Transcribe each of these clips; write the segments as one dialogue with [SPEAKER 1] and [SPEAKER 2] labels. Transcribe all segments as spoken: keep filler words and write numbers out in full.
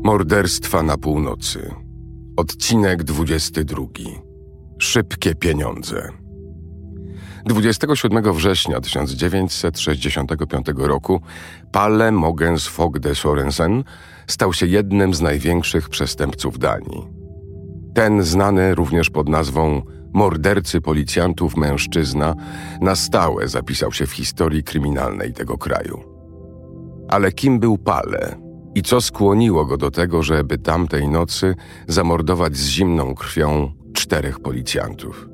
[SPEAKER 1] Morderstwa na północy. Odcinek dwudziesty drugi. Szybkie pieniądze. dwudziestego siódmego września tysiąc dziewięćset sześćdziesiątego piątego roku Palle Mogens Fogh de Sørensen stał się jednym z największych przestępców Danii. Ten znany również pod nazwą mordercy policjantów mężczyzna na stałe zapisał się w historii kryminalnej tego kraju. Ale kim był Palle? I co skłoniło go do tego, żeby tamtej nocy zamordować z zimną krwią czterech policjantów?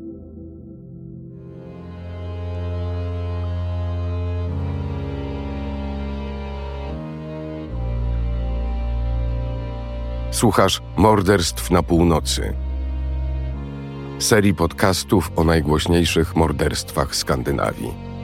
[SPEAKER 1] Słuchasz Morderstw na północy, serii podcastów o najgłośniejszych morderstwach Skandynawii.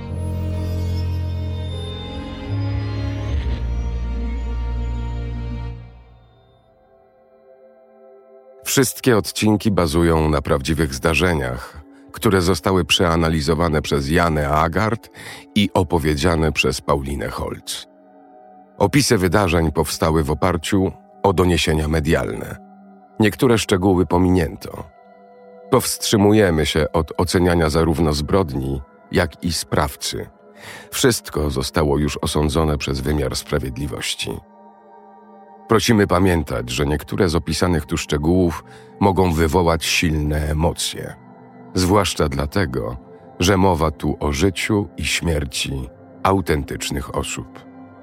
[SPEAKER 1] Wszystkie odcinki bazują na prawdziwych zdarzeniach, które zostały przeanalizowane przez Janę Agard i opowiedziane przez Paulinę Holz. Opisy wydarzeń powstały w oparciu o doniesienia medialne. Niektóre szczegóły pominięto. Powstrzymujemy się od oceniania zarówno zbrodni, jak i sprawcy. Wszystko zostało już osądzone przez wymiar sprawiedliwości. Prosimy pamiętać, że niektóre z opisanych tu szczegółów mogą wywołać silne emocje. Zwłaszcza dlatego, że mowa tu o życiu i śmierci autentycznych osób.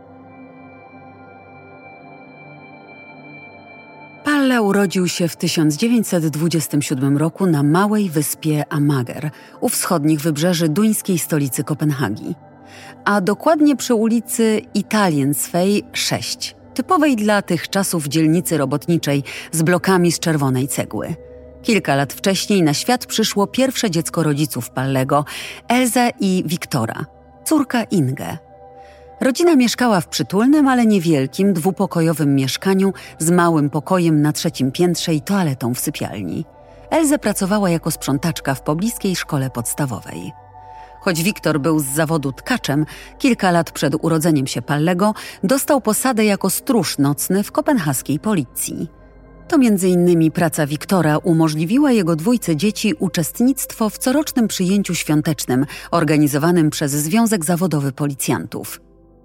[SPEAKER 2] Palle urodził się w tysiąc dziewięćset dwudziestym siódmym roku na małej wyspie Amager, u wschodnich wybrzeży duńskiej stolicy Kopenhagi, a dokładnie przy ulicy Italiensvej sześć, typowej dla tych czasów dzielnicy robotniczej z blokami z czerwonej cegły. Kilka lat wcześniej na świat przyszło pierwsze dziecko rodziców Pallego, Elze i Wiktora, córka Inge. Rodzina mieszkała w przytulnym, ale niewielkim, dwupokojowym mieszkaniu z małym pokojem na trzecim piętrze i toaletą w sypialni. Elze pracowała jako sprzątaczka w pobliskiej szkole podstawowej. Choć Wiktor był z zawodu tkaczem, kilka lat przed urodzeniem się Pallego dostał posadę jako stróż nocny w kopenhaskiej policji. To między innymi praca Wiktora umożliwiła jego dwójce dzieci uczestnictwo w corocznym przyjęciu świątecznym organizowanym przez Związek Zawodowy Policjantów.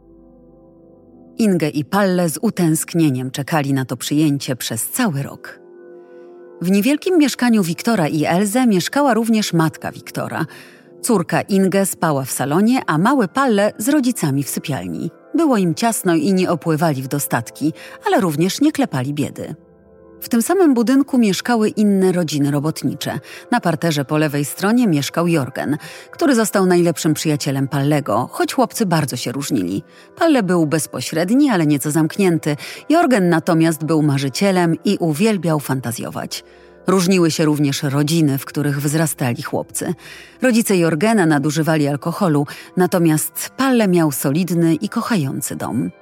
[SPEAKER 2] Inge i Palle z utęsknieniem czekali na to przyjęcie przez cały rok. W niewielkim mieszkaniu Wiktora i Elze mieszkała również matka Wiktora. Córka Inge spała w salonie, a mały Palle z rodzicami w sypialni. Było im ciasno i nie opływali w dostatki, ale również nie klepali biedy. W tym samym budynku mieszkały inne rodziny robotnicze. Na parterze po lewej stronie mieszkał Jorgen, który został najlepszym przyjacielem Pallego, choć chłopcy bardzo się różnili. Palle był bezpośredni, ale nieco zamknięty. Jorgen natomiast był marzycielem i uwielbiał fantazjować. Różniły się również rodziny, w których wzrastali chłopcy. Rodzice Jorgena nadużywali alkoholu, natomiast Palle miał solidny i kochający dom.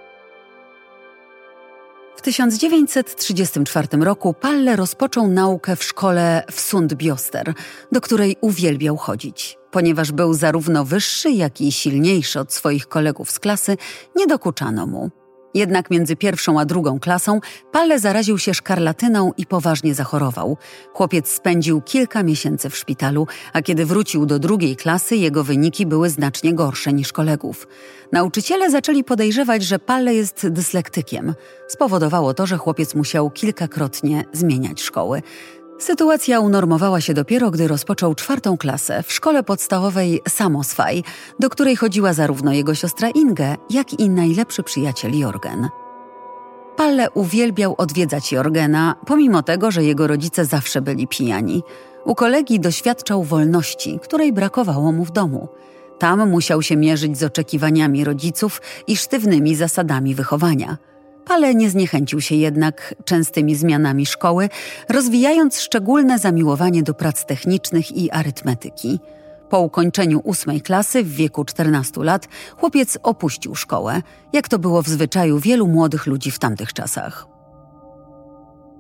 [SPEAKER 2] W tysiąc dziewięćset trzydziestym czwartym roku Palle rozpoczął naukę w szkole w Sundbyoster, do której uwielbiał chodzić. Ponieważ był zarówno wyższy, jak i silniejszy od swoich kolegów z klasy, nie dokuczano mu. Jednak między pierwszą a drugą klasą Palle zaraził się szkarlatyną i poważnie zachorował. Chłopiec spędził kilka miesięcy w szpitalu, a kiedy wrócił do drugiej klasy, jego wyniki były znacznie gorsze niż kolegów. Nauczyciele zaczęli podejrzewać, że Palle jest dyslektykiem. Spowodowało to, że chłopiec musiał kilkakrotnie zmieniać szkoły. Sytuacja unormowała się dopiero, gdy rozpoczął czwartą klasę w szkole podstawowej Samosvaj, do której chodziła zarówno jego siostra Inge, jak i najlepszy przyjaciel Jorgen. Palle uwielbiał odwiedzać Jorgena, pomimo tego, że jego rodzice zawsze byli pijani. U kolegi doświadczał wolności, której brakowało mu w domu. Tam musiał się mierzyć z oczekiwaniami rodziców i sztywnymi zasadami wychowania. Palle nie zniechęcił się jednak częstymi zmianami szkoły, rozwijając szczególne zamiłowanie do prac technicznych i arytmetyki. Po ukończeniu ósmej klasy w wieku czternastu lat chłopiec opuścił szkołę, jak to było w zwyczaju wielu młodych ludzi w tamtych czasach.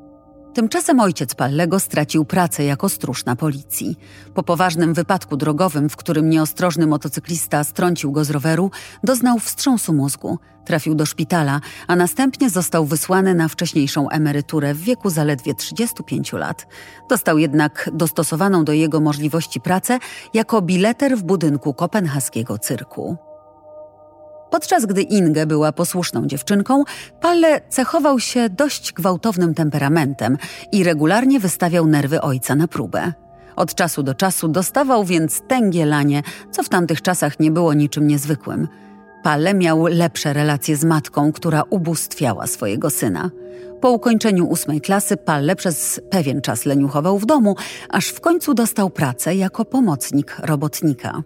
[SPEAKER 2] Tymczasem ojciec Pallego stracił pracę jako stróż na policji. Po poważnym wypadku drogowym, w którym nieostrożny motocyklista strącił go z roweru, doznał wstrząsu mózgu. Trafił do szpitala, a następnie został wysłany na wcześniejszą emeryturę w wieku zaledwie trzydziestu pięciu lat. Dostał jednak dostosowaną do jego możliwości pracę jako bileter w budynku kopenhaskiego cyrku. Podczas gdy Inge była posłuszną dziewczynką, Palle cechował się dość gwałtownym temperamentem i regularnie wystawiał nerwy ojca na próbę. Od czasu do czasu dostawał więc tęgie lanie, co w tamtych czasach nie było niczym niezwykłym. Palle miał lepsze relacje z matką, która ubóstwiała swojego syna. Po ukończeniu ósmej klasy Palle przez pewien czas leniuchował w domu, aż w końcu dostał pracę jako pomocnik robotnika.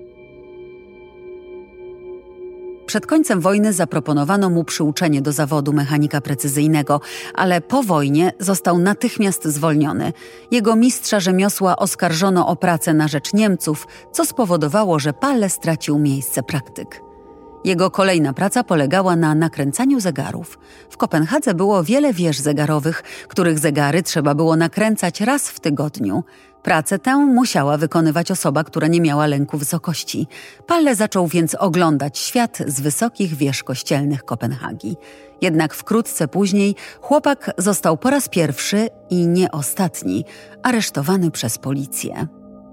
[SPEAKER 2] Przed końcem wojny zaproponowano mu przyuczenie do zawodu mechanika precyzyjnego, ale po wojnie został natychmiast zwolniony. Jego mistrza rzemiosła oskarżono o pracę na rzecz Niemców, co spowodowało, że Palle stracił miejsce praktyk. Jego kolejna praca polegała na nakręcaniu zegarów. W Kopenhadze było wiele wież zegarowych, których zegary trzeba było nakręcać raz w tygodniu. Pracę tę musiała wykonywać osoba, która nie miała lęku wysokości. Palle zaczął więc oglądać świat z wysokich wież kościelnych Kopenhagi. Jednak wkrótce później chłopak został po raz pierwszy i nie ostatni aresztowany przez policję.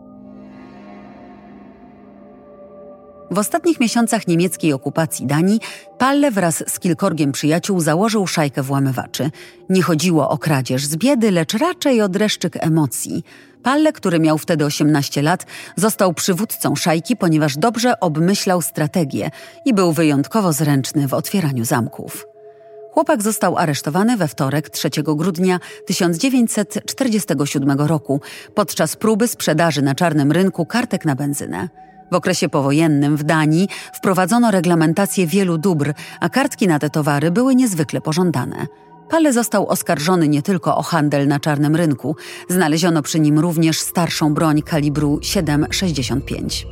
[SPEAKER 2] W ostatnich miesiącach niemieckiej okupacji Danii Palle wraz z kilkorgiem przyjaciół założył szajkę włamywaczy. Nie chodziło o kradzież z biedy, lecz raczej o dreszczyk emocji. Palle, który miał wtedy osiemnaście lat, został przywódcą szajki, ponieważ dobrze obmyślał strategię i był wyjątkowo zręczny w otwieraniu zamków. Chłopak został aresztowany we wtorek, trzeciego grudnia tysiąc dziewięćset czterdziestego siódmego roku podczas próby sprzedaży na czarnym rynku kartek na benzynę. W okresie powojennym w Danii wprowadzono reglamentację wielu dóbr, a kartki na te towary były niezwykle pożądane. Palle został oskarżony nie tylko o handel na czarnym rynku. Znaleziono przy nim również starszą broń kalibru siedem sześćdziesiąt pięć.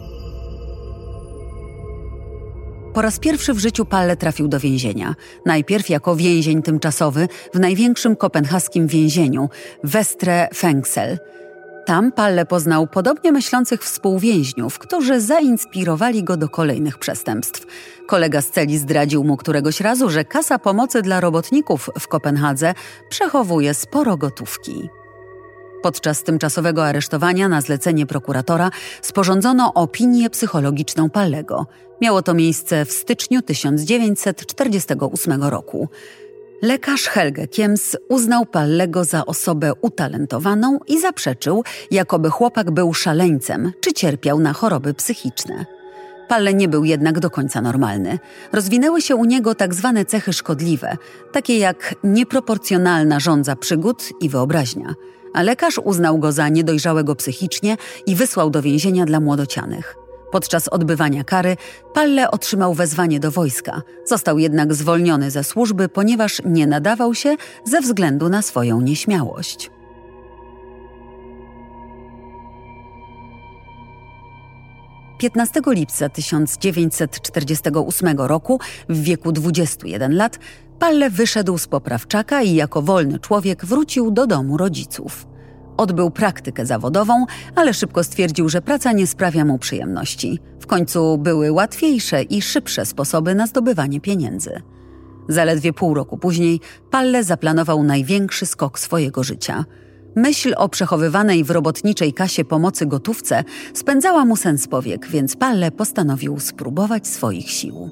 [SPEAKER 2] Po raz pierwszy w życiu Palle trafił do więzienia. Najpierw jako więzień tymczasowy w największym kopenhaskim więzieniu, Vestre Fängsel. Tam Palle poznał podobnie myślących współwięźniów, którzy zainspirowali go do kolejnych przestępstw. Kolega z celi zdradził mu któregoś razu, że kasa pomocy dla robotników w Kopenhadze przechowuje sporo gotówki. Podczas tymczasowego aresztowania na zlecenie prokuratora sporządzono opinię psychologiczną Pallego. Miało to miejsce w styczniu tysiąc dziewięćset czterdziestego ósmego roku. Lekarz Helge Kiems uznał Pallego za osobę utalentowaną i zaprzeczył, jakoby chłopak był szaleńcem czy cierpiał na choroby psychiczne. Palle nie był jednak do końca normalny. Rozwinęły się u niego tak zwane cechy szkodliwe, takie jak nieproporcjonalna żądza przygód i wyobraźnia. A lekarz uznał go za niedojrzałego psychicznie i wysłał do więzienia dla młodocianych. Podczas odbywania kary Palle otrzymał wezwanie do wojska. Został jednak zwolniony ze służby, ponieważ nie nadawał się ze względu na swoją nieśmiałość. piętnastego lipca tysiąc dziewięćset czterdziestego ósmego roku, w wieku dwudziestu jeden lat, Palle wyszedł z poprawczaka i jako wolny człowiek wrócił do domu rodziców. Odbył praktykę zawodową, ale szybko stwierdził, że praca nie sprawia mu przyjemności. W końcu były łatwiejsze i szybsze sposoby na zdobywanie pieniędzy. Zaledwie pół roku później Palle zaplanował największy skok swojego życia. Myśl o przechowywanej w robotniczej kasie pomocy gotówce spędzała mu sen z powiek, więc Palle postanowił spróbować swoich sił.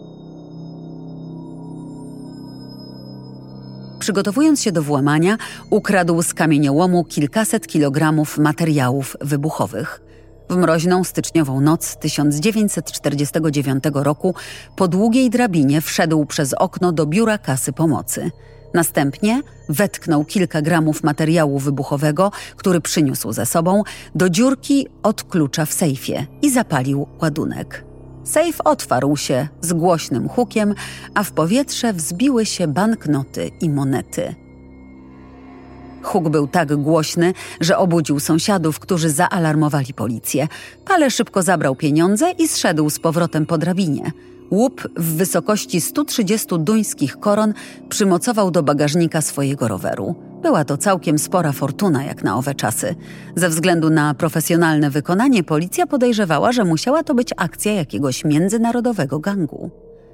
[SPEAKER 2] Przygotowując się do włamania, ukradł z kamieniołomu kilkaset kilogramów materiałów wybuchowych. W mroźną styczniową noc tysiąc dziewięćset czterdziestego dziewiątego roku po długiej drabinie wszedł przez okno do biura kasy pomocy. Następnie wetknął kilka gramów materiału wybuchowego, który przyniósł ze sobą, do dziurki od klucza w sejfie i zapalił ładunek. Sejf otwarł się z głośnym hukiem, a w powietrze wzbiły się banknoty i monety. Huk był tak głośny, że obudził sąsiadów, którzy zaalarmowali policję. Palle szybko zabrał pieniądze i zszedł z powrotem po drabinie. Łup w wysokości stu trzydziestu duńskich koron przymocował do bagażnika swojego roweru. Była to całkiem spora fortuna jak na owe czasy. Ze względu na profesjonalne wykonanie policja podejrzewała, że musiała to być akcja jakiegoś międzynarodowego gangu.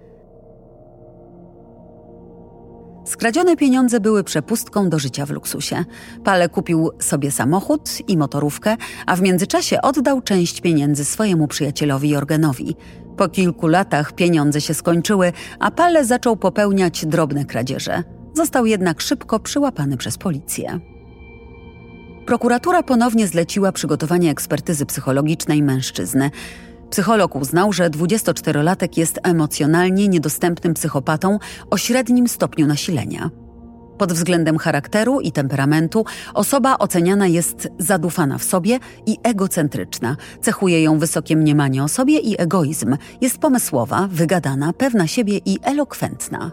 [SPEAKER 2] Skradzione pieniądze były przepustką do życia w luksusie. Pale kupił sobie samochód i motorówkę, a w międzyczasie oddał część pieniędzy swojemu przyjacielowi Jorgenowi. Po kilku latach pieniądze się skończyły, a Pale zaczął popełniać drobne kradzieże. Został jednak szybko przyłapany przez policję. Prokuratura ponownie zleciła przygotowanie ekspertyzy psychologicznej mężczyzny. Psycholog uznał, że dwudziestoczterolatek jest emocjonalnie niedostępnym psychopatą o średnim stopniu nasilenia. Pod względem charakteru i temperamentu osoba oceniana jest zadufana w sobie i egocentryczna. Cechuje ją wysokie mniemanie o sobie i egoizm. Jest pomysłowa, wygadana, pewna siebie i elokwentna.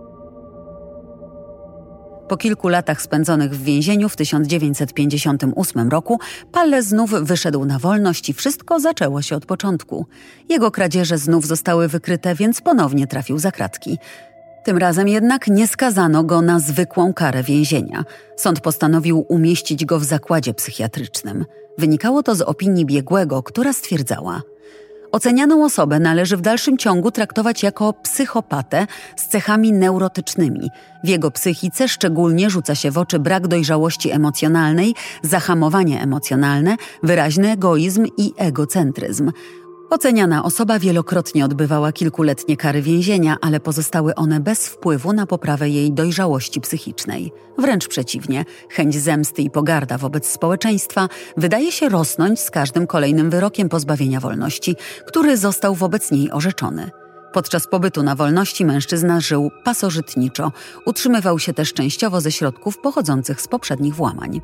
[SPEAKER 2] Po kilku latach spędzonych w więzieniu w tysiąc dziewięćset pięćdziesiątym ósmym roku Pale znów wyszedł na wolność i wszystko zaczęło się od początku. Jego kradzieże znów zostały wykryte, więc ponownie trafił za kratki. Tym razem jednak nie skazano go na zwykłą karę więzienia. Sąd postanowił umieścić go w zakładzie psychiatrycznym. Wynikało to z opinii biegłego, która stwierdzała: ocenianą osobę należy w dalszym ciągu traktować jako psychopatę z cechami neurotycznymi. W jego psychice szczególnie rzuca się w oczy brak dojrzałości emocjonalnej, zahamowanie emocjonalne, wyraźny egoizm i egocentryzm. Oceniana osoba wielokrotnie odbywała kilkuletnie kary więzienia, ale pozostały one bez wpływu na poprawę jej dojrzałości psychicznej. Wręcz przeciwnie, chęć zemsty i pogarda wobec społeczeństwa wydaje się rosnąć z każdym kolejnym wyrokiem pozbawienia wolności, który został wobec niej orzeczony. Podczas pobytu na wolności mężczyzna żył pasożytniczo, utrzymywał się też częściowo ze środków pochodzących z poprzednich włamań.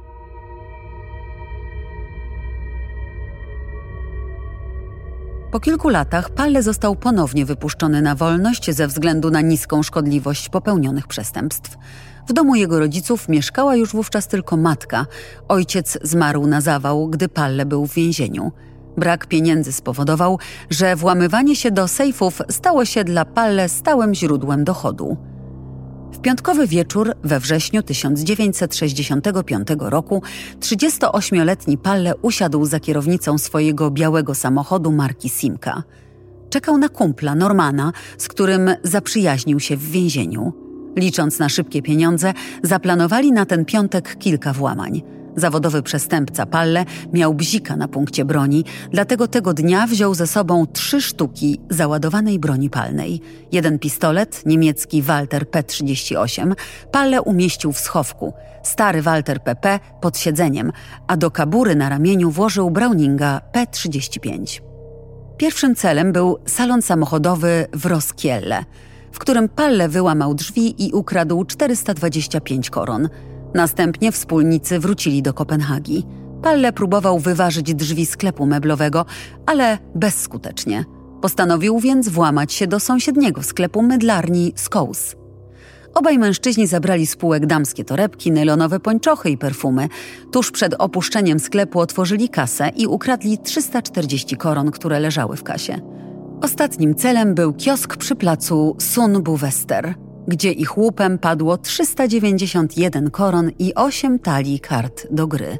[SPEAKER 2] Po kilku latach Pale został ponownie wypuszczony na wolność ze względu na niską szkodliwość popełnionych przestępstw. W domu jego rodziców mieszkała już wówczas tylko matka. Ojciec zmarł na zawał, gdy Pale był w więzieniu. Brak pieniędzy spowodował, że włamywanie się do sejfów stało się dla Pale stałym źródłem dochodu. W piątkowy wieczór we wrześniu tysiąc dziewięćset sześćdziesiątego piątego roku trzydziestoośmioletni Pale usiadł za kierownicą swojego białego samochodu marki Simca. Czekał na kumpla Normana, z którym zaprzyjaźnił się w więzieniu. Licząc na szybkie pieniądze, zaplanowali na ten piątek kilka włamań. Zawodowy przestępca Pale miał bzika na punkcie broni, dlatego tego dnia wziął ze sobą trzy sztuki załadowanej broni palnej. Jeden pistolet, niemiecki Walter P trzydzieści osiem, Pale umieścił w schowku, stary Walter P P pod siedzeniem, a do kabury na ramieniu włożył Browninga P trzydzieści pięć. Pierwszym celem był salon samochodowy w Roskilde, w którym Pale wyłamał drzwi i ukradł czterysta dwadzieścia pięć koron. Następnie wspólnicy wrócili do Kopenhagi. Pale próbował wyważyć drzwi sklepu meblowego, ale bezskutecznie. Postanowił więc włamać się do sąsiedniego sklepu mydlarni Skous. Obaj mężczyźni zabrali z półek damskie torebki, nylonowe pończochy i perfumy. Tuż przed opuszczeniem sklepu otworzyli kasę i ukradli trzysta czterdzieści koron, które leżały w kasie. Ostatnim celem był kiosk przy placu Sundbyvester, gdzie ich łupem padło trzysta dziewięćdziesiąt jeden koron i osiem talii kart do gry.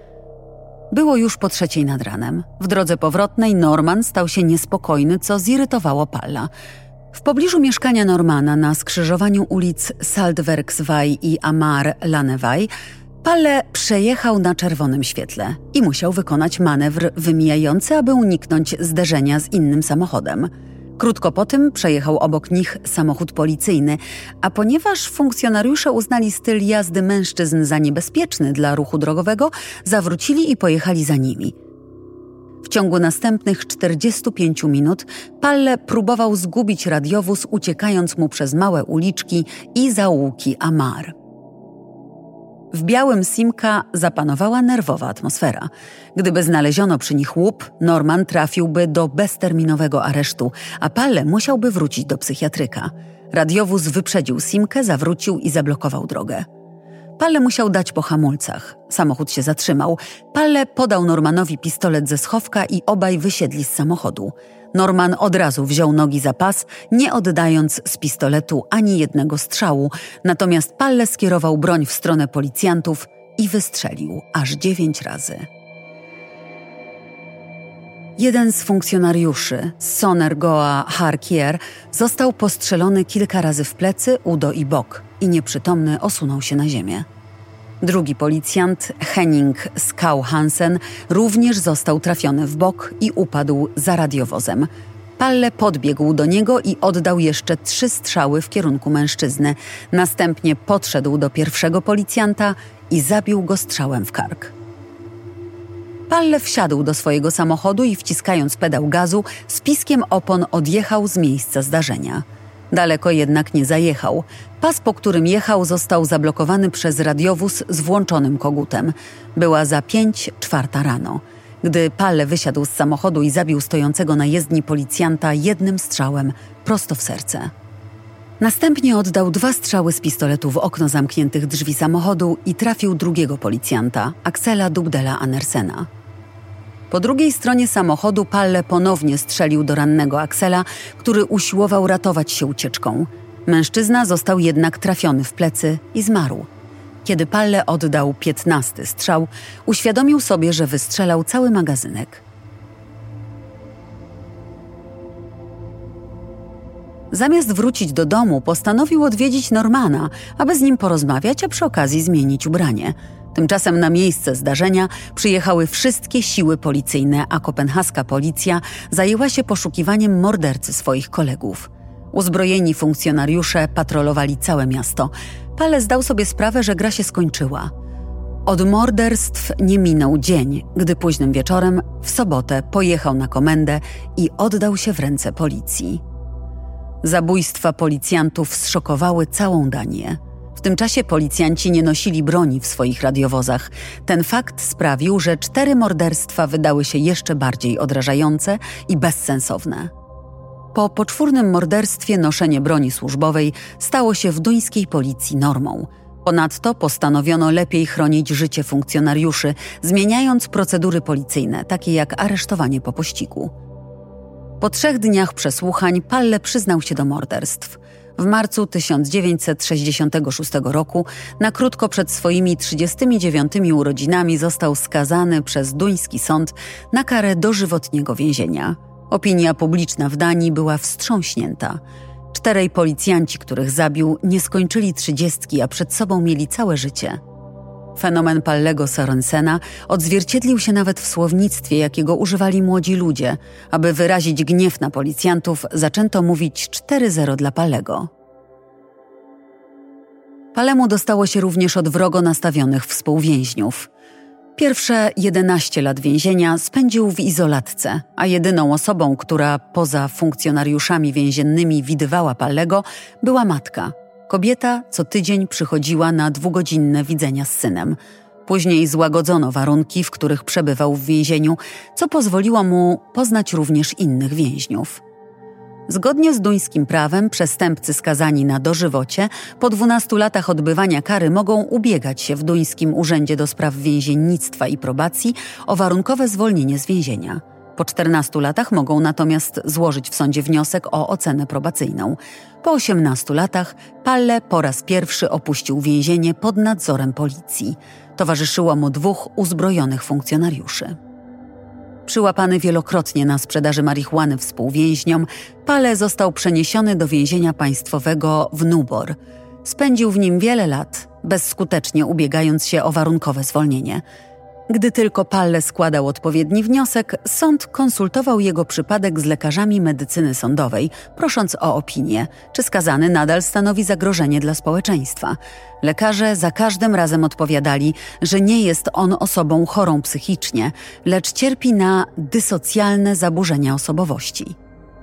[SPEAKER 2] Było już po trzeciej nad ranem. W drodze powrotnej Norman stał się niespokojny, co zirytowało Palla. W pobliżu mieszkania Normana na skrzyżowaniu ulic Saltverksvej i Amar-Lannevej Pale przejechał na czerwonym świetle i musiał wykonać manewr wymijający, aby uniknąć zderzenia z innym samochodem. Krótko po tym przejechał obok nich samochód policyjny, a ponieważ funkcjonariusze uznali styl jazdy mężczyzn za niebezpieczny dla ruchu drogowego, zawrócili i pojechali za nimi. W ciągu następnych czterdziestu pięciu minut Pale próbował zgubić radiowóz, uciekając mu przez małe uliczki i zaułki Amar. W białym Simca zapanowała nerwowa atmosfera. Gdyby znaleziono przy nich łup, Norman trafiłby do bezterminowego aresztu, a Pale musiałby wrócić do psychiatryka. Radiowóz wyprzedził Simkę, zawrócił i zablokował drogę. Pale musiał dać po hamulcach. Samochód się zatrzymał. Pale podał Normanowi pistolet ze schowka i obaj wysiedli z samochodu. Norman od razu wziął nogi za pas, nie oddając z pistoletu ani jednego strzału, natomiast Palle skierował broń w stronę policjantów i wystrzelił aż dziewięć razy. Jeden z funkcjonariuszy, Soner Goa Harkier, został postrzelony kilka razy w plecy, udo i bok i nieprzytomny osunął się na ziemię. Drugi policjant, Henning Skau Hansen, również został trafiony w bok i upadł za radiowozem. Palle podbiegł do niego i oddał jeszcze trzy strzały w kierunku mężczyzny. Następnie podszedł do pierwszego policjanta i zabił go strzałem w kark. Palle wsiadł do swojego samochodu i wciskając pedał gazu, z piskiem opon odjechał z miejsca zdarzenia. Daleko jednak nie zajechał. Pas, po którym jechał, został zablokowany przez radiowóz z włączonym kogutem. Była za pięć czwarta rano. Gdy Palle wysiadł z samochodu i zabił stojącego na jezdni policjanta jednym strzałem prosto w serce. Następnie oddał dwa strzały z pistoletu w okno zamkniętych drzwi samochodu i trafił drugiego policjanta, Axela Dugdela Andersena. Po drugiej stronie samochodu Palle ponownie strzelił do rannego Axela, który usiłował ratować się ucieczką. Mężczyzna został jednak trafiony w plecy i zmarł. Kiedy Palle oddał piętnasty strzał, uświadomił sobie, że wystrzelał cały magazynek. Zamiast wrócić do domu, postanowił odwiedzić Normana, aby z nim porozmawiać, a przy okazji zmienić ubranie. Tymczasem na miejsce zdarzenia przyjechały wszystkie siły policyjne, a kopenhaska policja zajęła się poszukiwaniem mordercy swoich kolegów. Uzbrojeni funkcjonariusze patrolowali całe miasto. Palle zdał sobie sprawę, że gra się skończyła. Od morderstw nie minął dzień, gdy późnym wieczorem, w sobotę, pojechał na komendę i oddał się w ręce policji. Zabójstwa policjantów zszokowały całą Danię. W tym czasie policjanci nie nosili broni w swoich radiowozach. Ten fakt sprawił, że cztery morderstwa wydały się jeszcze bardziej odrażające i bezsensowne. Po poczwórnym morderstwie noszenie broni służbowej stało się w duńskiej policji normą. Ponadto postanowiono lepiej chronić życie funkcjonariuszy, zmieniając procedury policyjne, takie jak aresztowanie po pościgu. Po trzech dniach przesłuchań Palle przyznał się do morderstw. W marcu tysiąc dziewięćset sześćdziesiątego szóstego roku, na krótko przed swoimi trzydziestymi dziewiątymi urodzinami, został skazany przez duński sąd na karę dożywotniego więzienia. Opinia publiczna w Danii była wstrząśnięta. Czterej policjanci, których zabił, nie skończyli trzydziestki, a przed sobą mieli całe życie. Fenomen Pallego Sørensena odzwierciedlił się nawet w słownictwie, jakiego używali młodzi ludzie. Aby wyrazić gniew na policjantów, zaczęto mówić cztery zero dla Pallego. Pallemu dostało się również od wrogo nastawionych współwięźniów. Pierwsze jedenaście lat więzienia spędził w izolatce, a jedyną osobą, która poza funkcjonariuszami więziennymi widywała Pallego, była matka. Kobieta co tydzień przychodziła na dwugodzinne widzenia z synem. Później złagodzono warunki, w których przebywał w więzieniu, co pozwoliło mu poznać również innych więźniów. Zgodnie z duńskim prawem przestępcy skazani na dożywocie po dwunastu latach odbywania kary mogą ubiegać się w duńskim Urzędzie do Spraw Więziennictwa i Probacji o warunkowe zwolnienie z więzienia. Po czternastu latach mogą natomiast złożyć w sądzie wniosek o ocenę probacyjną. Po osiemnastu latach Palle po raz pierwszy opuścił więzienie pod nadzorem policji. Towarzyszyło mu dwóch uzbrojonych funkcjonariuszy. Przyłapany wielokrotnie na sprzedaży marihuany współwięźniom, Palle został przeniesiony do więzienia państwowego w Nubor. Spędził w nim wiele lat, bezskutecznie ubiegając się o warunkowe zwolnienie. Gdy tylko Palle składał odpowiedni wniosek, sąd konsultował jego przypadek z lekarzami medycyny sądowej, prosząc o opinię, czy skazany nadal stanowi zagrożenie dla społeczeństwa. Lekarze za każdym razem odpowiadali, że nie jest on osobą chorą psychicznie, lecz cierpi na dysocjalne zaburzenia osobowości.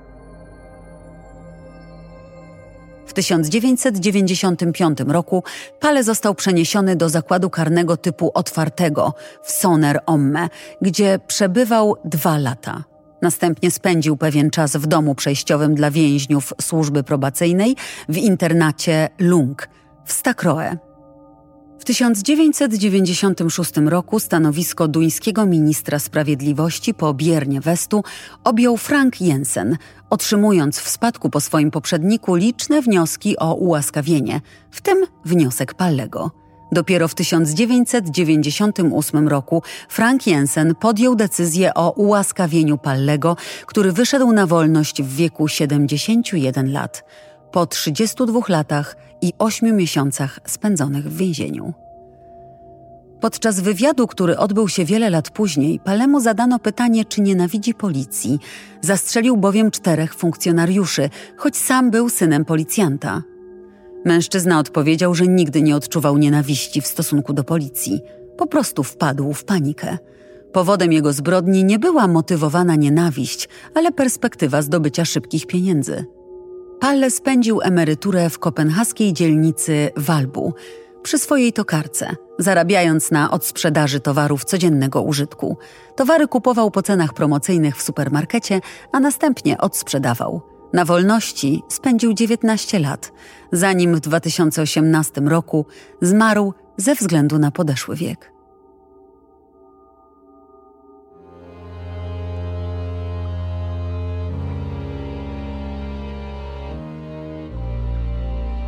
[SPEAKER 2] W tysiąc dziewięćset dziewięćdziesiątym piątym roku Palle został przeniesiony do zakładu karnego typu otwartego w Soner Omme, gdzie przebywał dwa lata. Następnie spędził pewien czas w domu przejściowym dla więźniów służby probacyjnej w internacie Lung w Stakroe. W tysiąc dziewięćset dziewięćdziesiątym szóstym roku stanowisko duńskiego ministra sprawiedliwości po Biernie Westu objął Frank Jensen, otrzymując w spadku po swoim poprzedniku liczne wnioski o ułaskawienie, w tym wniosek Pallego. Dopiero w tysiąc dziewięćset dziewięćdziesiątym ósmym roku Frank Jensen podjął decyzję o ułaskawieniu Pallego, który wyszedł na wolność w wieku siedemdziesięciu jeden lat, po trzydziestu dwóch latach i ośmiu miesiącach spędzonych w więzieniu. Podczas wywiadu, który odbył się wiele lat później, Pallemu zadano pytanie, czy nienawidzi policji. Zastrzelił bowiem czterech funkcjonariuszy, choć sam był synem policjanta. Mężczyzna odpowiedział, że nigdy nie odczuwał nienawiści w stosunku do policji. Po prostu wpadł w panikę. Powodem jego zbrodni nie była motywowana nienawiść, ale perspektywa zdobycia szybkich pieniędzy. Palle spędził emeryturę w kopenhaskiej dzielnicy Valbu, przy swojej tokarce, zarabiając na odsprzedaży towarów codziennego użytku. Towary kupował po cenach promocyjnych w supermarkecie, a następnie odsprzedawał. Na wolności spędził dziewiętnaście lat, zanim w dwa tysiące osiemnastym roku zmarł ze względu na podeszły wiek.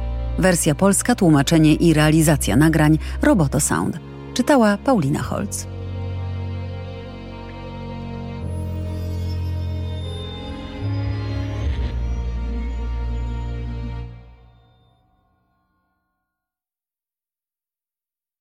[SPEAKER 2] Wersja polska, tłumaczenie i realizacja nagrań Roboto Sound. Czytała Paulina Holz.